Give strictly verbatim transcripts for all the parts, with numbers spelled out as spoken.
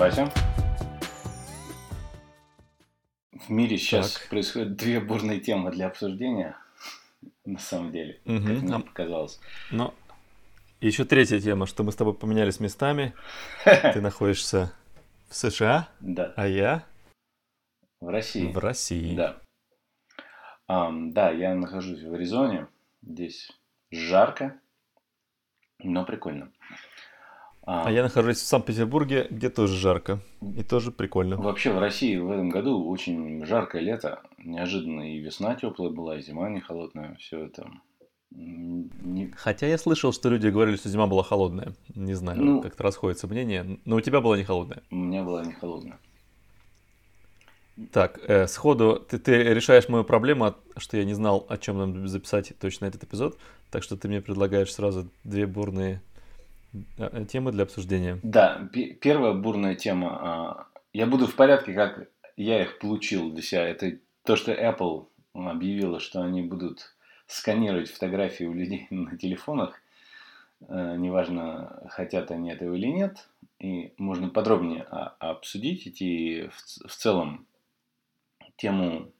Вася. В мире сейчас Так. происходят две бурные темы для обсуждения, на самом деле, как Мгм. мне А, показалось. Но еще третья тема, что мы с тобой поменялись местами. Ты находишься в США, Да, а я в в России, России. да. Ам, да, я нахожусь в Аризоне, здесь жарко, но прикольно. А А, я нахожусь в Санкт-Петербурге, где тоже жарко. И тоже прикольно. Вообще в России в этом году очень жаркое лето, неожиданно и весна теплая была, и зима не холодная, все это. м, Не... Хотя я слышал, что люди говорили, что зима была холодная. Не знаю, Ну, как-то расходятся мнения. Но у тебя была не холодная. у меня была не холодная. Так, э, сходу ты, ты решаешь мою проблему, что я не знал, о чем нам записать точно этот эпизод. Так что ты мне предлагаешь сразу две бурные э, темы для обсуждения. Да, пе- первая бурная тема. а, Я буду в порядке, как я их получил для себя. Это то, что Apple объявила, что они будут сканировать фотографии у людей на телефонах. э, Неважно, хотят они этого или нет. И можно подробнее а- обсудить эти в ц- в целом тему,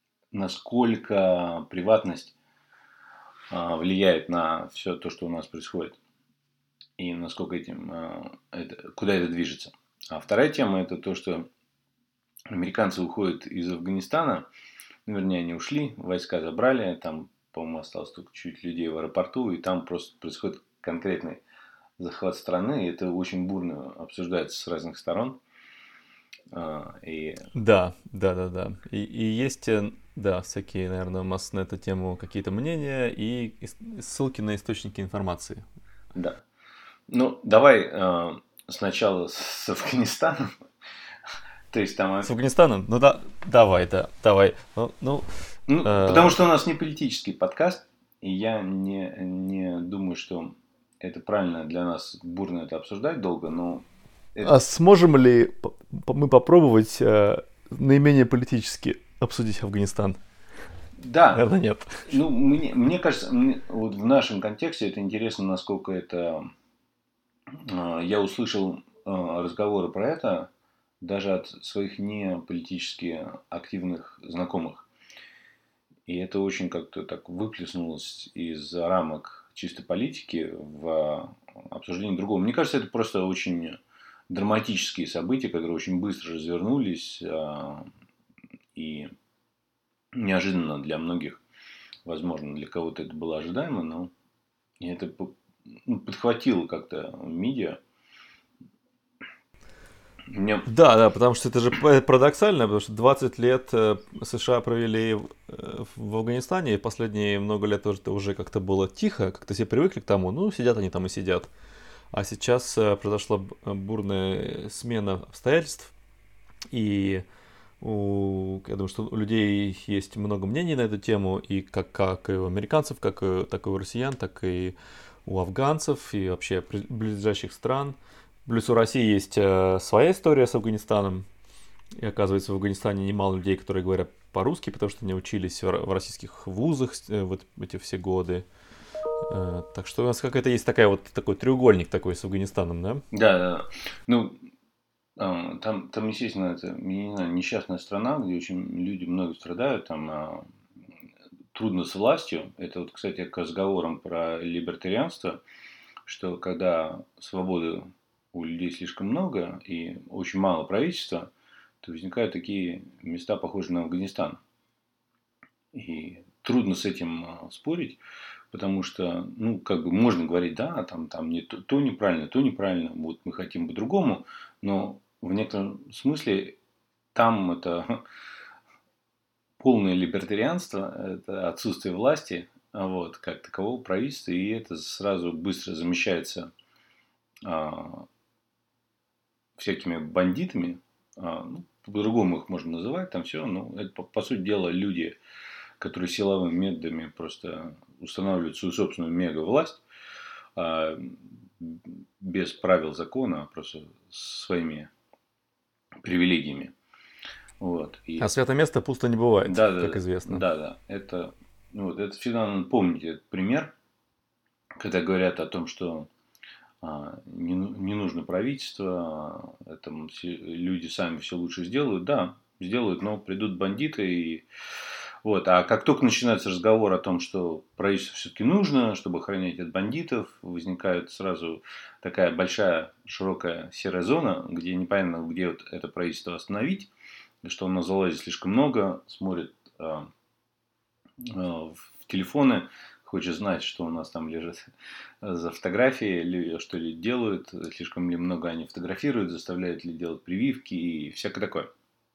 насколько приватность а, влияет на все то, что у нас происходит. И насколько этим, а, это, куда это движется. А вторая тема это то, что американцы уходят из Афганистана. Ну, вернее, они ушли, войска забрали, там, по-моему, осталось только чуть людей в аэропорту, и там просто происходит конкретный захват страны, и это очень бурно обсуждается с разных сторон. А, И Да, да, да, да. И, и есть, э, да, всякие, наверное, у нас на эту тему какие-то мнения и ис- ссылки на источники информации. да. Ну, давай а, сначала с Афганистаном. То есть там, С Афганистаном? Ну да, давай, да, давай. Ну, ну, ну, потому э, что у нас не политический подкаст, и я не, не думаю, что это правильно для нас бурно это обсуждать долго, но это, а сможем ли п- п- мы попробовать э, наименее политически обсудить Афганистан? да, Наверное, нет. ну, мне, мне кажется, мне- вот в нашем контексте это интересно, насколько это... а, Я услышал а, разговоры про это даже от своих не политически активных знакомых. И это очень как-то так выплеснулось из рамок чистой политики в обсуждение другого. Мне кажется, это просто очень драматические события, которые очень быстро развернулись а, и неожиданно для многих, возможно, для кого-то это было ожидаемо, но это ну, подхватило как-то медиа. Мне... Да, да, потому что это же п- парадоксально, потому что двадцать лет э, США провели в э, в Афганистане, и последние много лет тоже это уже как-то было тихо, как-то все привыкли к тому, ну, сидят они там и сидят. А сейчас э, произошла б- бурная смена обстоятельств, и у, я думаю, что у людей есть много мнений на эту тему, и как, как и у американцев, как и, так и у россиян, так и у афганцев, и вообще при- близлежащих стран. Плюс у России есть э, своя история с Афганистаном. И оказывается, в Афганистане немало людей, которые говорят по-русски, потому что они учились в, ро- в российских вузах э, вот эти все годы. Э, так что у нас какая-то есть такая вот такой треугольник такой с Афганистаном, да? Да, да. Ну, а, там, там, естественно, это, я не знаю, несчастная страна, где очень люди много страдают, там а, трудно с властью. Это вот, кстати, к разговорам про либертарианство, что когда свободы у людей слишком много и очень мало правительства, то возникают такие места, похожие на Афганистан. И трудно с этим а, спорить, потому что, ну, как бы можно говорить, да, там, там не то, то неправильно, то неправильно, вот мы хотим по-другому, но в некотором смысле там это полное либертарианство, это отсутствие власти, а вот, как такового правительства, и это сразу быстро замещается а, всякими бандитами, а, ну, по-другому их можно называть, там все, но это, по, по сути дела, люди, которые силовыми методами просто устанавливают свою собственную мега-власть, а, без правил закона, а просто своими привилегиями. Вот. А И святое место пусто не бывает, да, как да, известно. да, да. Это, ну, вот, это всегда надо помнить этот пример, когда говорят о том, что не, не нужно правительство, это люди сами все лучше сделают. Да, сделают, но придут бандиты и вот. А как только начинается разговор о том, что правительство все-таки нужно, чтобы охранять от бандитов, возникает сразу такая большая, широкая серая зона, где непонятно, где вот это правительство остановить, что у нас залазит слишком много, смотрит э, э, в телефоны, хочет знать, что у нас там лежит за фотографии, что ли делают, слишком ли много они фотографируют, заставляют ли делать прививки и всякое такое.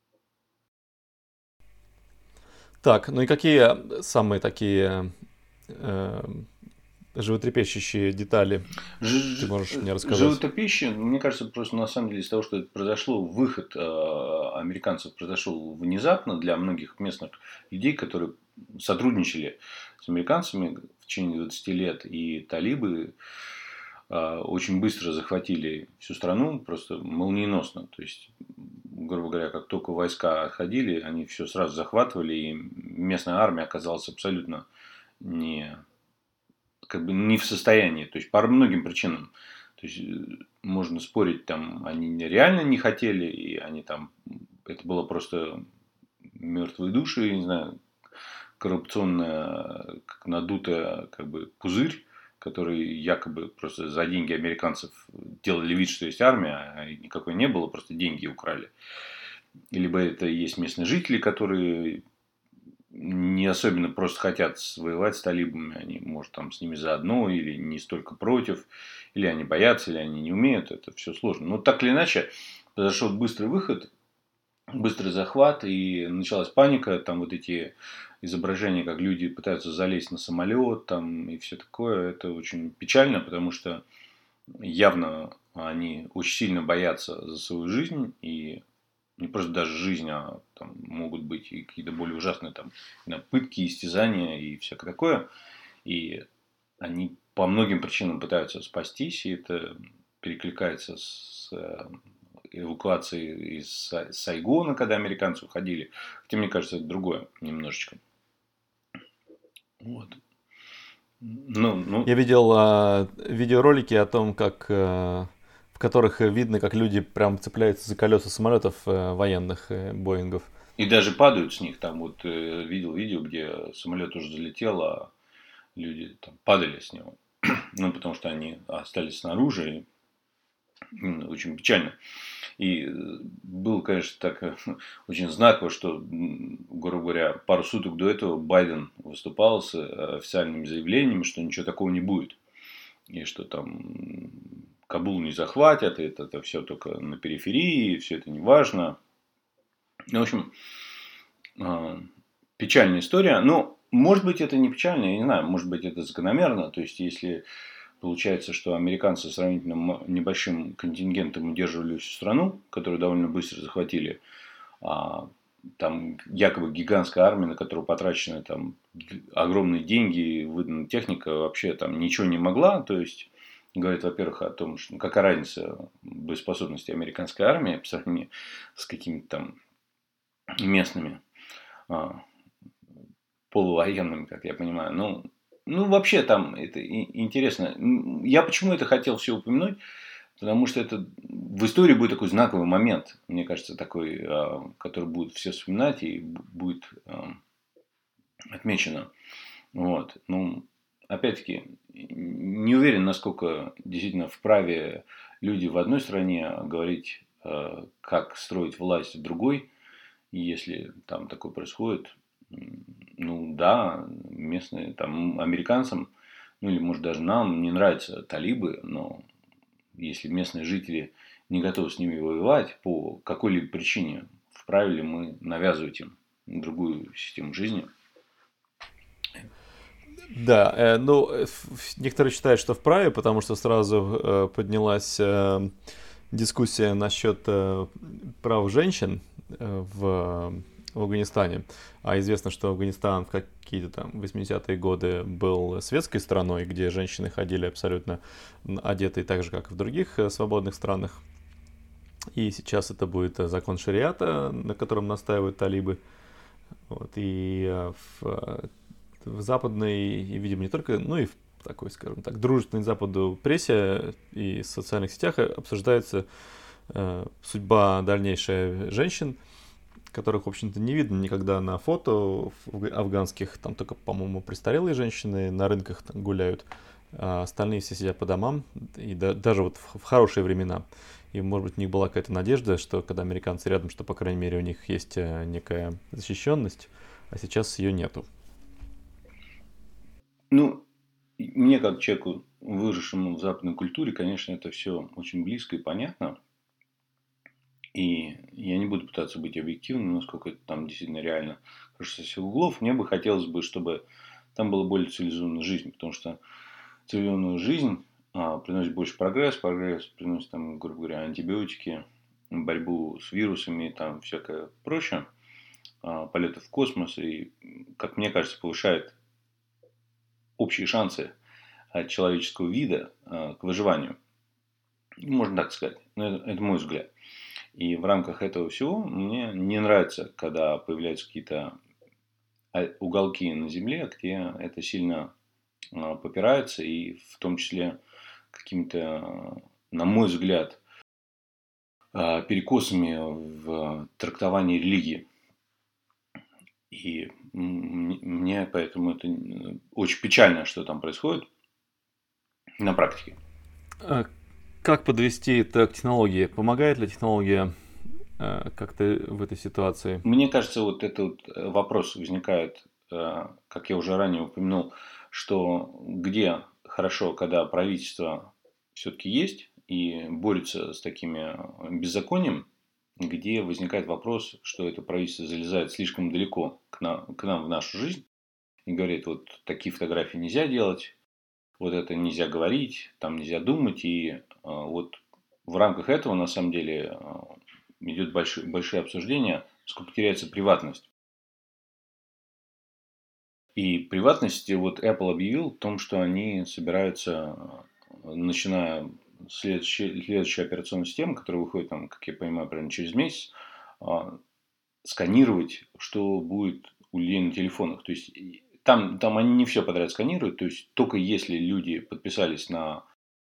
Так, ну и какие самые такие э, животрепещущие детали Ж- ты можешь мне рассказать? Животрепещущие, мне кажется, просто на самом деле из того, что это произошло, выход э, американцев произошел внезапно для многих местных людей, которые сотрудничали с американцами в течение двадцати лет, и талибы э, очень быстро захватили всю страну, просто молниеносно. То есть, грубо говоря, как только войска отходили, они все сразу захватывали, и местная армия оказалась абсолютно не, как бы не в состоянии, то есть по многим причинам. То есть можно спорить, там они реально не хотели, и они там, это было просто мертвые души, я не знаю, коррупционная, как надутая, как бы пузырь, который якобы просто за деньги американцев делали вид, что есть армия, а никакой не было, просто деньги украли. Либо это и есть местные жители, которые не особенно просто хотят воевать с талибами, они, может, там с ними заодно, или не столько против, или они боятся, или они не умеют, это все сложно. Но так или иначе, произошел быстрый выход, быстрый захват, и началась паника, там вот эти изображения, как люди пытаются залезть на самолет, там, и все такое, это очень печально, потому что явно они очень сильно боятся за свою жизнь, и не просто даже жизнь, а там могут быть и какие-то более ужасные там, пытки, истязания и всякое такое. И они по многим причинам пытаются спастись, и это перекликается с эвакуацией из Сайгона, когда американцы уходили. Хотя, мне кажется, это другое немножечко. Вот. Ну, ну. Я видел а, видеоролики о том, как... А... в которых видно, как люди прям цепляются за колеса самолетов э, военных, э, Боингов. И даже падают с них. Там вот э, видел видео, где самолет уже залетел, а люди там падали с него. Ну, потому что они остались снаружи. И очень печально. И было, конечно, так очень знаково, что, грубо говоря, пару суток до этого Байден выступал с официальными заявлениями, что ничего такого не будет. И что там Кабул не захватят, это, это все только на периферии, все это не важно. В общем, печальная история. Но, может быть, это не печально, я не знаю, может быть, это закономерно. То есть, если получается, что американцы сравнительно небольшим контингентом удерживали всю страну, которую довольно быстро захватили, а там якобы гигантская армия, на которую потрачены там огромные деньги, выдана техника, вообще там ничего не могла. То есть, говорит, во-первых, о том, что какая разница боеспособности американской армии по сравнению с какими-то там местными а, полувоенными, как я понимаю. Ну, ну, вообще там это интересно. Я почему это хотел все упомянуть? Потому что это в истории будет такой знаковый момент, мне кажется, такой, который будут все вспоминать и будет отмечено. Вот. Ну, опять-таки, не уверен, насколько действительно вправе люди в одной стране говорить, как строить власть в другой. И если там такое происходит, ну да, местные, там, американцам, ну или может даже нам не нравятся талибы, но если местные жители не готовы с ними воевать по какой-либо причине, вправе ли мы навязывать им другую систему жизни? Да, э, ну, некоторые считают, что вправе, потому что сразу э, поднялась э, дискуссия насчет э, прав женщин э, в, в Афганистане. А известно, что Афганистан в какие-то там восьмидесятые годы был светской страной, где женщины ходили абсолютно одетые так же, как и в других э, свободных странах. И сейчас это будет закон шариата, на котором настаивают талибы. Вот, и э, в в западной, и, видимо, не только, ну и в такой, скажем так, дружественной Западу прессе и в социальных сетях обсуждается э, судьба дальнейшая женщин, которых, в общем-то, не видно никогда на фото афганских. Там только, по-моему, престарелые женщины на рынках там гуляют, а остальные все сидят по домам, и да, даже вот в, в хорошие времена. И, может быть, у них была какая-то надежда, что когда американцы рядом, что, по крайней мере, у них есть некая защищенность, а сейчас ее нету. Ну, мне, как человеку, выросшему в западной культуре, конечно, это все очень близко и понятно. И я не буду пытаться быть объективным, насколько это там действительно реально кажется, со всех углов. Мне бы хотелось бы, чтобы там была более цивилизованная жизнь, потому что цивилизованная жизнь а, приносит больше прогресс, прогресс приносит, там, грубо говоря, антибиотики, борьбу с вирусами и там всякое прочее, а, полеты в космос и, как мне кажется, повышает общие шансы от человеческого вида а, к выживанию. Можно так сказать. Но это, это мой взгляд. И в рамках этого всего мне не нравится, когда появляются какие-то уголки на Земле, где это сильно попирается, и в том числе какими-то, на мой взгляд, перекосами в трактовании религии. И мне поэтому это очень печально, что там происходит на практике. Как подвести это к технологии? Помогает ли технология э, как-то в этой ситуации? Мне кажется, вот этот вопрос возникает, э, как я уже ранее упомянул, что где хорошо, когда правительство все-таки есть и борется с такими беззаконием, где возникает вопрос, что это правительство залезает слишком далеко к нам, к нам в нашу жизнь и говорит, вот такие фотографии нельзя делать, вот это нельзя говорить, там нельзя думать. И э, вот в рамках этого, на самом деле, э, идет большое, большое обсуждение, сколько теряется приватность. И приватность, вот Apple объявил о том, что они собираются, начиная следующей, следующей операционной системы, которая выходит, там, как я понимаю, примерно через месяц, э, сканировать, что будет у людей на телефонах. То есть Там, там они не все подряд сканируют, то есть только если люди подписались на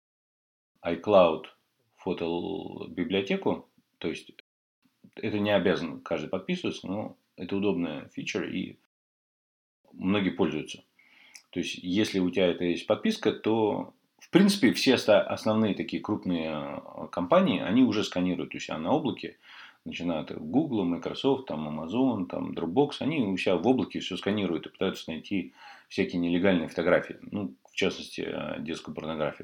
iCloud фотобиблиотеку, то есть это не обязан каждый подписываться, но это удобная фича и многие пользуются. То есть если у тебя это есть подписка, то в принципе все основные такие крупные компании, они уже сканируют у себя на облаке, начиная от Google, Microsoft, там, Amazon, там, Dropbox, они у себя в облаке все сканируют и пытаются найти всякие нелегальные фотографии. Ну, в частности, детскую порнографию.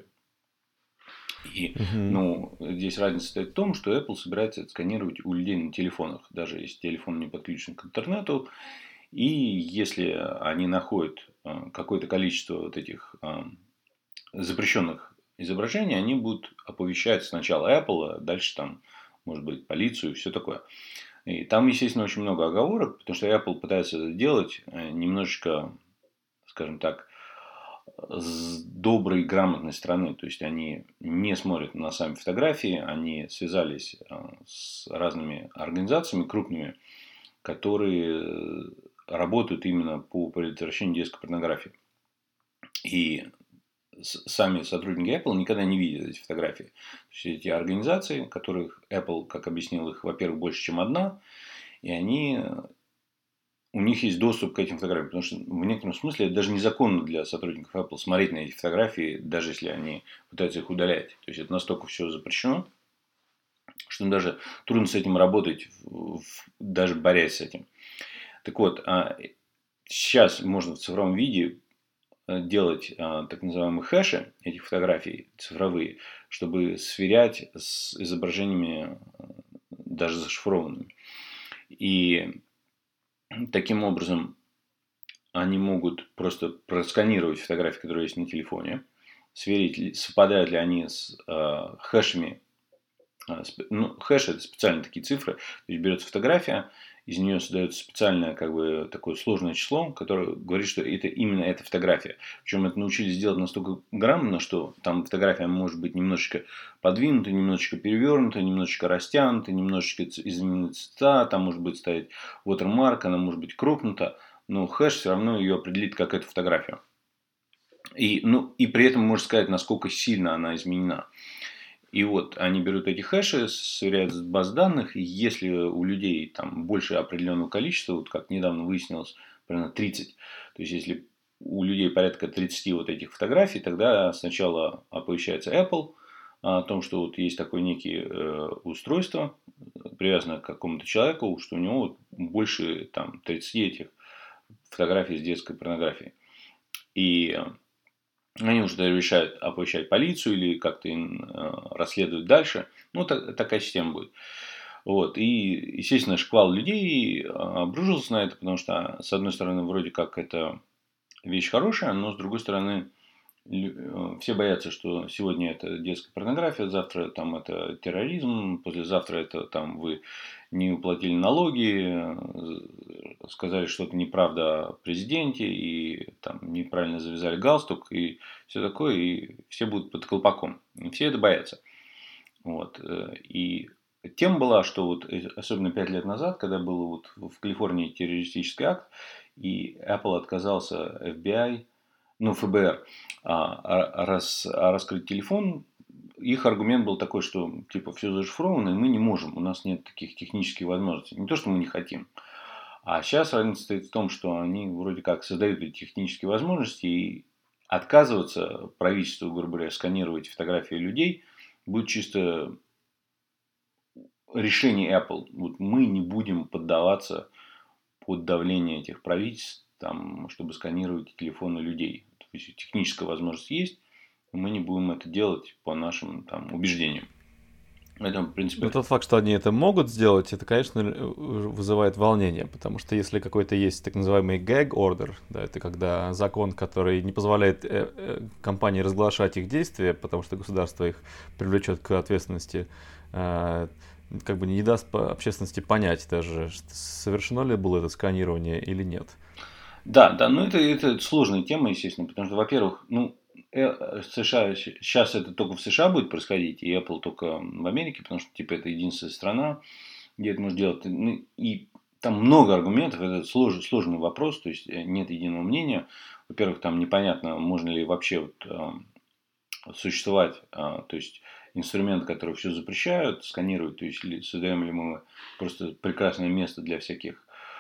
И, Угу. ну, здесь разница стоит в том, что Apple собирается сканировать у людей на телефонах, даже если телефон не подключен к интернету. И если они находят какое-то количество вот этих запрещенных изображений, они будут оповещать сначала Apple, а дальше там, может быть, полицию и все такое. И там, естественно, очень много оговорок, потому что Apple пытается это делать немножечко, скажем так, с доброй, грамотной стороны. То есть они не смотрят на сами фотографии, они связались с разными организациями крупными, которые работают именно по предотвращению детской порнографии. И сами сотрудники Apple никогда не видят эти фотографии. То есть эти организации, которых Apple, как объяснил их, во-первых, больше, чем одна, и они, у них есть доступ к этим фотографиям. Потому что в некотором смысле это даже незаконно для сотрудников Apple смотреть на эти фотографии, даже если они пытаются их удалять. То есть это настолько все запрещено, что даже трудно с этим работать, даже борясь с этим. Так вот, сейчас можно в цифровом виде делать а, так называемые хэши этих фотографий цифровые, чтобы сверять с изображениями даже зашифрованными. И таким образом они могут просто просканировать фотографии, которые есть на телефоне, сверить, совпадают ли они с а, хэшами. А, ну, хэш – это специальные такие цифры. То есть берется фотография, из нее создается специальное, как бы, такое сложное число, которое говорит, что это именно эта фотография. Причем это научились делать настолько грамотно, что там фотография может быть немножечко подвинута, немножечко перевернута, немножечко растянута, немножечко изменены цвета, там может быть стоять watermark, она может быть кропнута, но хэш все равно ее определит как эту фотографию. И, ну, и при этом можно сказать, насколько сильно она изменена. И вот они берут эти хэши, сверяют с баз данных, и если у людей там больше определенного количества, вот как недавно выяснилось, примерно тридцать, то есть если у людей порядка тридцать вот этих фотографий, тогда сначала оповещается Apple о том, что вот есть такое некие э, устройство, привязанное к какому-то человеку, что у него больше там тридцать этих фотографий с детской порнографией. И они уже решают оповещать полицию или как-то им э, расследовать дальше. Ну, так, такая система будет. Вот. И, естественно, шквал людей э, обрушился на это, потому что, с одной стороны, вроде как это вещь хорошая, но, с другой стороны, лю- э, все боятся, что сегодня это детская порнография, завтра там это терроризм, послезавтра это там вы не уплатили налоги, э, сказали что-то неправда о президенте и там неправильно завязали галстук и все такое, и все будут под колпаком. И все это боятся. Вот. э, И тема была, что вот э, особенно пять лет назад, когда был вот в Калифорнии террористический акт, и Apple отказался эф би ай, ну, эф бэ эр, а, а, рас, а раскрыть телефон, их аргумент был такой, что типа все зашифровано, и мы не можем, у нас нет таких технических возможностей. Не то, что мы не хотим. А сейчас разница стоит в том, что они вроде как создают эти технические возможности, и отказываться правительству, грубо говоря, сканировать фотографии людей будет чисто решение Apple. Вот мы не будем поддаваться под давление этих правительств, там, чтобы сканировать телефоны людей. То есть техническая возможность есть, но мы не будем это делать по нашим там, убеждениям. Это, в Но принципе, тот факт, что они это могут сделать, это, конечно, э, вызывает волнение, потому что если какой-то есть так называемый gag order, да, это когда закон, который не позволяет э, э, компании разглашать их действия, потому что государство их привлечет к ответственности, э, как бы не даст по общественности понять даже, что совершено ли было это сканирование или нет. да, да, но это, это сложная тема, естественно, потому что, во-первых, ну, э, США, сейчас это только в США будет происходить, и Apple только в Америке, потому что, типа, это единственная страна, где это можно делать. Ну, и там много аргументов, это сложный, сложный вопрос, то есть нет единого мнения. Во-первых, там непонятно, можно ли вообще вот, э, существовать, э, то есть инструменты, которые все запрещают, сканируют, то есть ли, создаем ли мы просто прекрасное место для всяких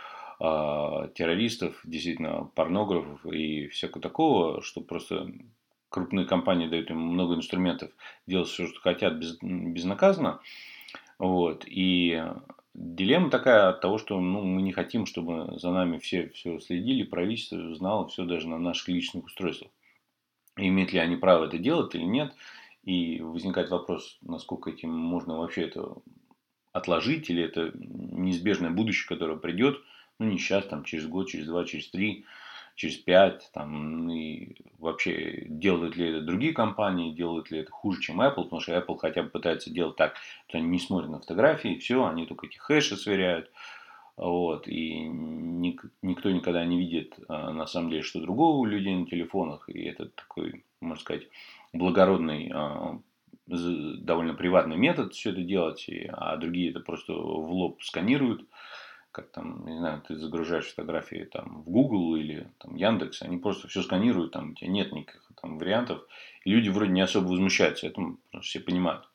а, террористов, действительно порнографов и всякого такого, что просто крупные компании дают им много инструментов делать все, что хотят, без, безнаказанно. Вот. И дилемма такая от того, что ну, мы не хотим, чтобы за нами все все следили, правительство знало все даже на наших личных устройствах. И имеют ли они право это делать или нет. И возникает вопрос, насколько этим можно вообще это отложить, или это неизбежное будущее, которое придет, ну, не сейчас, там, через год, через два, через три, через пять, там, и вообще делают ли это другие компании, делают ли это хуже, чем Apple, потому что Apple хотя бы пытается делать так, что они не смотрят на фотографии, все, они только эти хэши сверяют, вот, и ник- никто никогда не видит, а, на самом деле, что другого у людей на телефонах, и это такой, можно сказать, благородный, а, з- довольно приватный метод все это делать, и- а другие это просто в лоб сканируют, как там, не знаю, ты загружаешь фотографии там в Google или там Яндекс, они просто все сканируют, там у тебя нет никаких там вариантов, и люди вроде не особо возмущаются этому, потому что все понимают.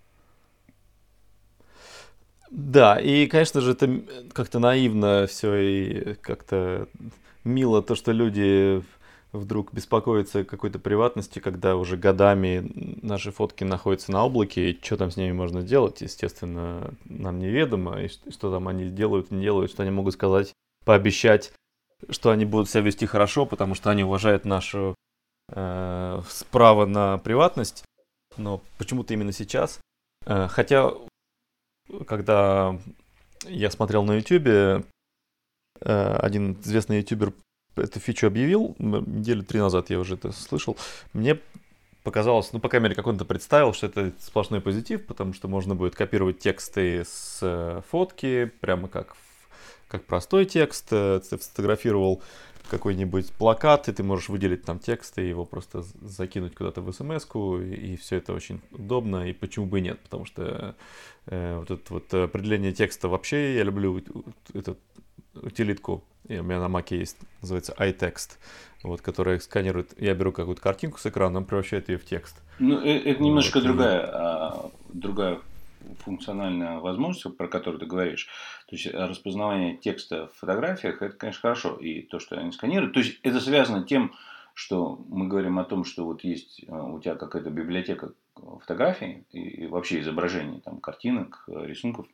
Да, и, конечно же, это м, как-то наивно все и как-то мило то, что люди вдруг беспокоятся о какой-то приватности, когда уже годами наши фотки находятся на облаке, и что там с ними можно делать, естественно, нам неведомо, и что, что там они делают, не делают, что они могут сказать, пообещать, что они будут себя вести хорошо, потому что они уважают наше э, право на приватность, но почему-то именно сейчас. Э, хотя, когда я смотрел на Ютубе, э, один известный ютубер эту фичу объявил, м, недели три назад я уже это слышал. Мне показалось, ну, по крайней мере, как он это представил, что это сплошной позитив, потому что можно будет копировать тексты с э, фотки, прямо как, в- как простой текст. Э, Ты сфотографировал какой-нибудь плакат, и ты можешь выделить там текст и его просто з- закинуть куда-то в смс-ку, и, все это очень удобно, и почему бы и нет, потому что э, вот это вот определение текста вообще, я люблю у- у- эту утилитку И у меня на Маке есть, называется iText, вот, который сканирует, я беру какую-то картинку с экрана, он превращает ее в текст. Ну, э- это немножко Вот, и другая, а, другая функциональная возможность, про которую ты говоришь. То есть распознавание текста в фотографиях, это, конечно, хорошо. И то, что они сканируют. То есть это связано с тем, что мы говорим о том, что вот есть а, у тебя какая-то библиотека фотографий и, и вообще изображений, там, картинок, рисунков.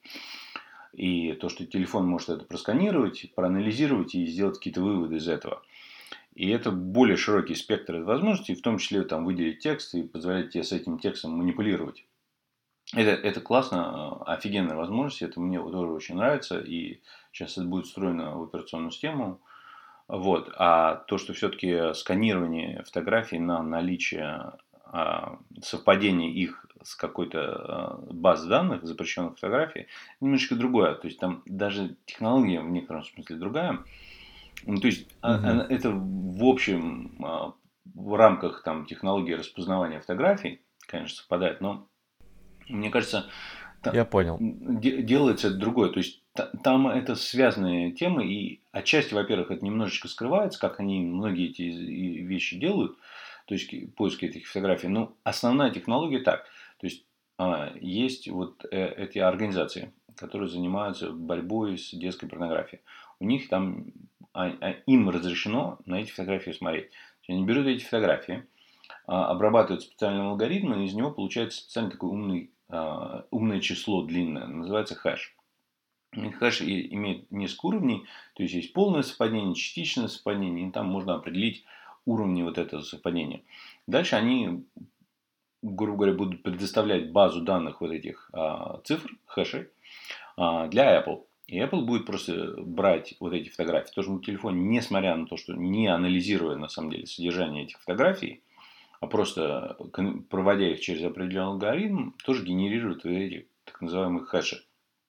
И то, что телефон может это просканировать, проанализировать и сделать какие-то выводы из этого. И это более широкий спектр возможностей, в том числе там, выделить текст и позволять тебе с этим текстом манипулировать. Это, это классно, офигенная возможность, это мне тоже очень нравится, и сейчас это будет встроено в операционную систему. Вот. А то, что все-таки сканирование фотографий на наличие а, совпадения их с какой-то а, базой данных, запрещенных фотографий, немножечко другое. То есть там даже технология в некотором смысле другая. Ну, то есть а- Мгм. а- это в общем а, в рамках там, технологии распознавания фотографий, конечно, совпадает, но мне кажется, та- я понял. де- делается это другое. То есть та- там это связанные темы, и отчасти, во-первых, это немножечко скрывается, как они многие эти из- и вещи делают, то есть ки- поиски этих фотографий. Но основная технология так. То есть а, есть вот э, эти организации, которые занимаются борьбой с детской порнографией. У них там а- а им разрешено на эти фотографии смотреть. То есть они берут эти фотографии, а, обрабатывают специальным алгоритмом, и из него получается специальный такой умный, а, умное число длинное, называется хэш. И хэш и- имеет несколько уровней, то есть есть полное совпадение, частичное совпадение, и там можно определить уровни вот этого совпадения. Дальше они, грубо говоря, будут предоставлять базу данных вот этих а, цифр, хэшей, а, для Apple. И Apple будет просто брать вот эти фотографии, тоже на телефоне, несмотря на то, что не анализируя на самом деле содержание этих фотографий, а просто проводя их через определенный алгоритм, тоже генерирует вот эти так называемые хэши.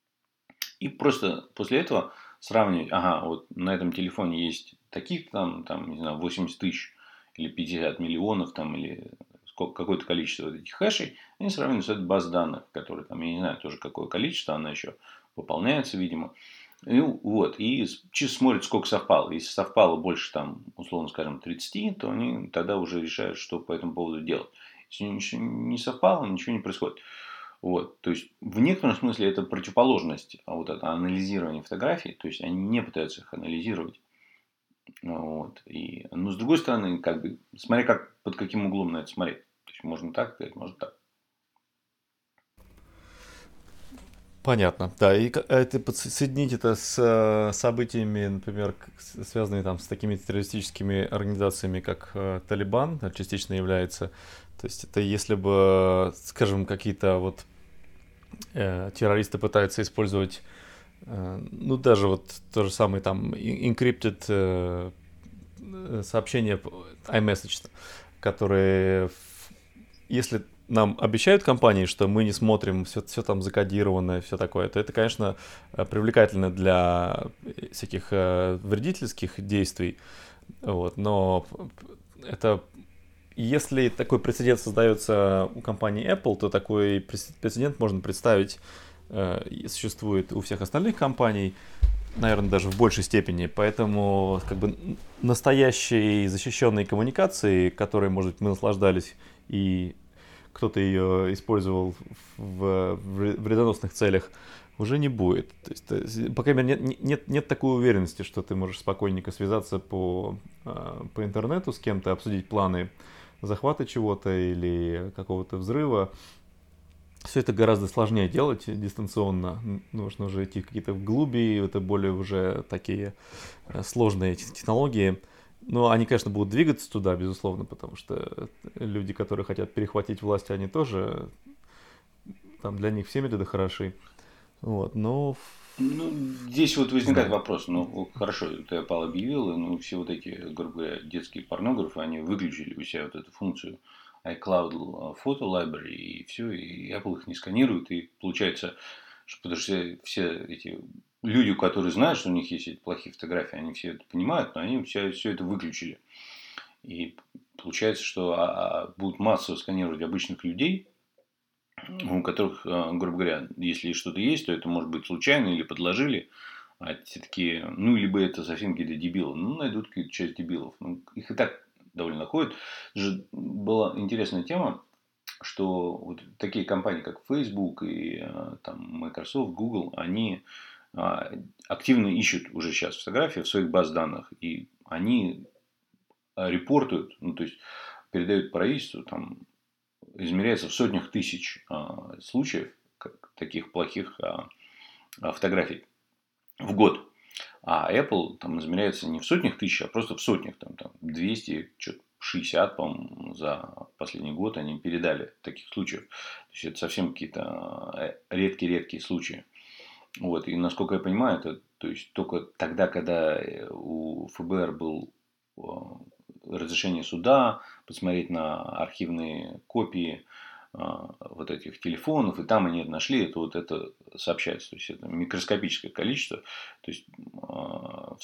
И просто после этого сравнивать, ага, вот на этом телефоне есть таких там, там, не знаю, восемьдесят тысяч или пятьдесят миллионов там, или сколько- какое-то количество вот этих хэшей, они сравнивают с этой базой данных, которая там, я не знаю тоже какое количество, она еще пополняется, видимо. И, вот, и чисто смотрят, сколько совпало. Если совпало больше, там, условно скажем, тридцать, то они тогда уже решают, что по этому поводу делать. Если ничего не совпало, ничего не происходит. Вот, то есть, в некотором смысле это противоположность, а вот это анализирование фотографий, то есть, они не пытаются их анализировать. Вот, и, но с другой стороны, как бы, смотря как, под каким углом на это смотреть. То есть, можно так сказать, можно так. Понятно, да, и к- это подсоединить это с э, событиями, например, к- с- связанными там с такими террористическими организациями, как э, Талибан, э, частично является. То есть это если бы, скажем, какие-то вот э, террористы пытаются использовать, э, ну даже вот то же самое там и- encrypted э, э, сообщения п- iMessage, которые в- если нам обещают компании, что мы не смотрим, все, все там закодировано, все такое, то это, конечно, э, привлекательно для э, всяких э, вредительских действий. Вот, но это если такой прецедент создается у компании Apple, то такой прецедент можно представить э, и существует у всех остальных компаний, наверное, даже в большей степени. Поэтому как бы настоящей защищенной коммуникации, которой, может быть, мы наслаждались и кто-то ее использовал в, в вредоносных целях, уже не будет. То есть, то есть, по крайней мере, нет, нет, нет такой уверенности, что ты можешь спокойненько связаться по, а, по интернету с кем-то, обсудить планы захвата чего-то или какого-то взрыва. Все это гораздо сложнее делать дистанционно. Нужно уже идти какие-то вглуби, это более уже такие э, сложные технологии. Но они, конечно, будут двигаться туда, безусловно, потому что люди, которые хотят перехватить власть, они тоже, там для них все методы хороши. Вот, но Ну, здесь вот не возникает знаю. вопрос, ну, хорошо, ты Apple объявил, ну, все вот эти, грубо говоря, детские порнографы, они выключили у себя вот эту функцию iCloud Photo Library, и все, и Apple их не сканирует, и получается, что потому что все, все эти люди, которые знают, что у них есть эти плохие фотографии, они все это понимают, но они все, все это выключили. И получается, что а, а, будут массово сканировать обычных людей, у которых, грубо говоря, если что-то есть, то это может быть случайно или подложили. А те такие, ну, либо это совсем какие-то дебилы, ну, найдут какую-то часть дебилов. Ну, их и так довольно находят. Же была интересная тема, что вот такие компании, как Facebook и э, там, Microsoft, Google, они а, активно ищут уже сейчас фотографии в своих баз данных. И они а, репортуют, ну, то есть передают правительству, там, измеряется в сотнях тысяч а, случаев как, таких плохих а, а, фотографий в год. А Apple там измеряется не в сотнях тысяч, а просто в сотнях. Там, там двести шестьдесят, по-моему, за последний год они передали таких случаев. То есть это совсем какие-то редкие-редкие случаи. Вот. И насколько я понимаю, это то есть только тогда, когда у эф бэ эр был разрешение суда посмотреть на архивные копии вот этих телефонов, и там они нашли, это вот это сообщается. То есть это микроскопическое количество. То есть в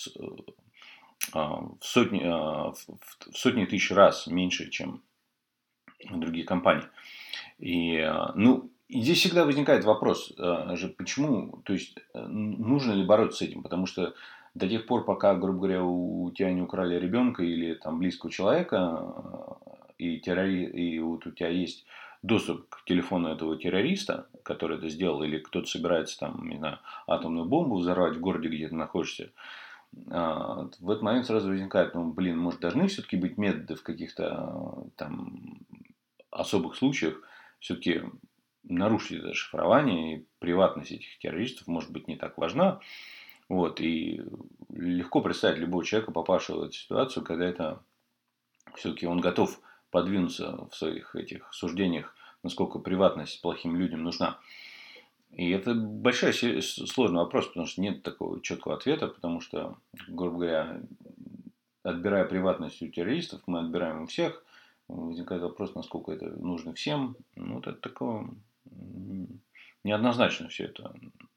сотни, в сотни тысяч раз меньше, чем другие компании. И, ну, и здесь всегда возникает вопрос, же, почему, то есть нужно ли бороться с этим, потому что до тех пор, пока, грубо говоря, у тебя не украли ребенка или там близкого человека, и, террори... и вот у тебя есть доступ к телефону этого террориста, который это сделал, или кто-то собирается там, не знаю, атомную бомбу взорвать в городе, где ты находишься, в этот момент сразу возникает, ну, блин, может, должны все-таки быть методы в каких-то там особых случаях все-таки нарушить это шифрование, и приватность этих террористов может быть не так важна. Вот, и легко представить любого человека, попавшего в эту ситуацию, когда это все-таки он готов подвинуться в своих этих суждениях, насколько приватность плохим людям нужна. И это большой сложный вопрос, потому что нет такого четкого ответа, потому что, грубо говоря, отбирая приватность у террористов, мы отбираем у всех. Возникает вопрос, насколько это нужно всем. Ну, вот это такое неоднозначно все это.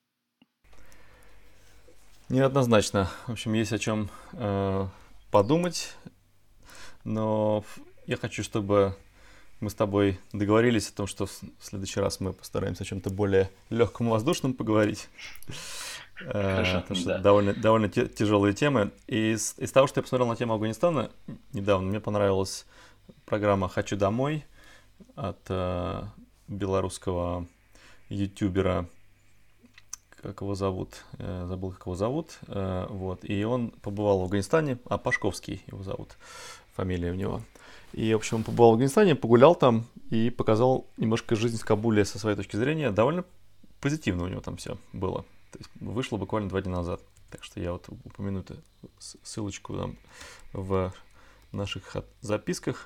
Неоднозначно. В общем, есть о чем э, подумать. Но я хочу, чтобы мы с тобой договорились о том, что в следующий раз мы постараемся о чем-то более легком и воздушном поговорить. Хорошо, потому что да. довольно, довольно тяжелые темы. И из, из того, что я посмотрел на тему Афганистана недавно, мне понравилась программа «Хочу домой» от э, белорусского ютубера, как его зовут, э, забыл, как его зовут, э, вот, и он побывал в Афганистане, а Пашковский его зовут, фамилия у него. И, в общем, он побывал в Афганистане, погулял там и показал немножко жизнь в Кабуле со своей точки зрения. Довольно позитивно у него там все было. То есть вышло буквально два дня назад. Так что я вот упомяну эту ссылочку там в наших записках.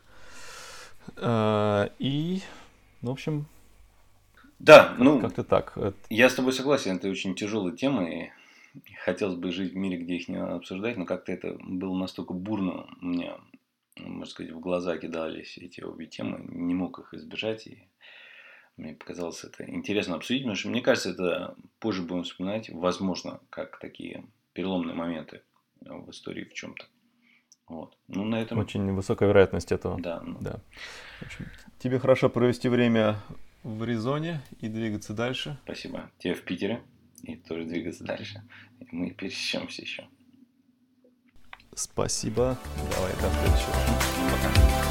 И, ну, в общем, да, как- ну, как-то так. я с тобой согласен, это очень тяжелые темы, и хотелось бы жить в мире, где их не надо обсуждать, но как-то это было настолько бурно, у меня, можно сказать, в глаза кидались эти обе темы, не мог их избежать, и мне показалось это интересно обсудить, потому что, мне кажется, это позже будем вспоминать, возможно, как такие переломные моменты в истории в чем-то. Вот. Ну, на этом... Очень высокая вероятность этого. Да. Ну... да. В общем, тебе хорошо провести время в Аризоне и двигаться дальше. Спасибо. Тебе в Питере и тоже двигаться дальше. И мы пересечемся еще. Спасибо. Давай, до следующего. Пока.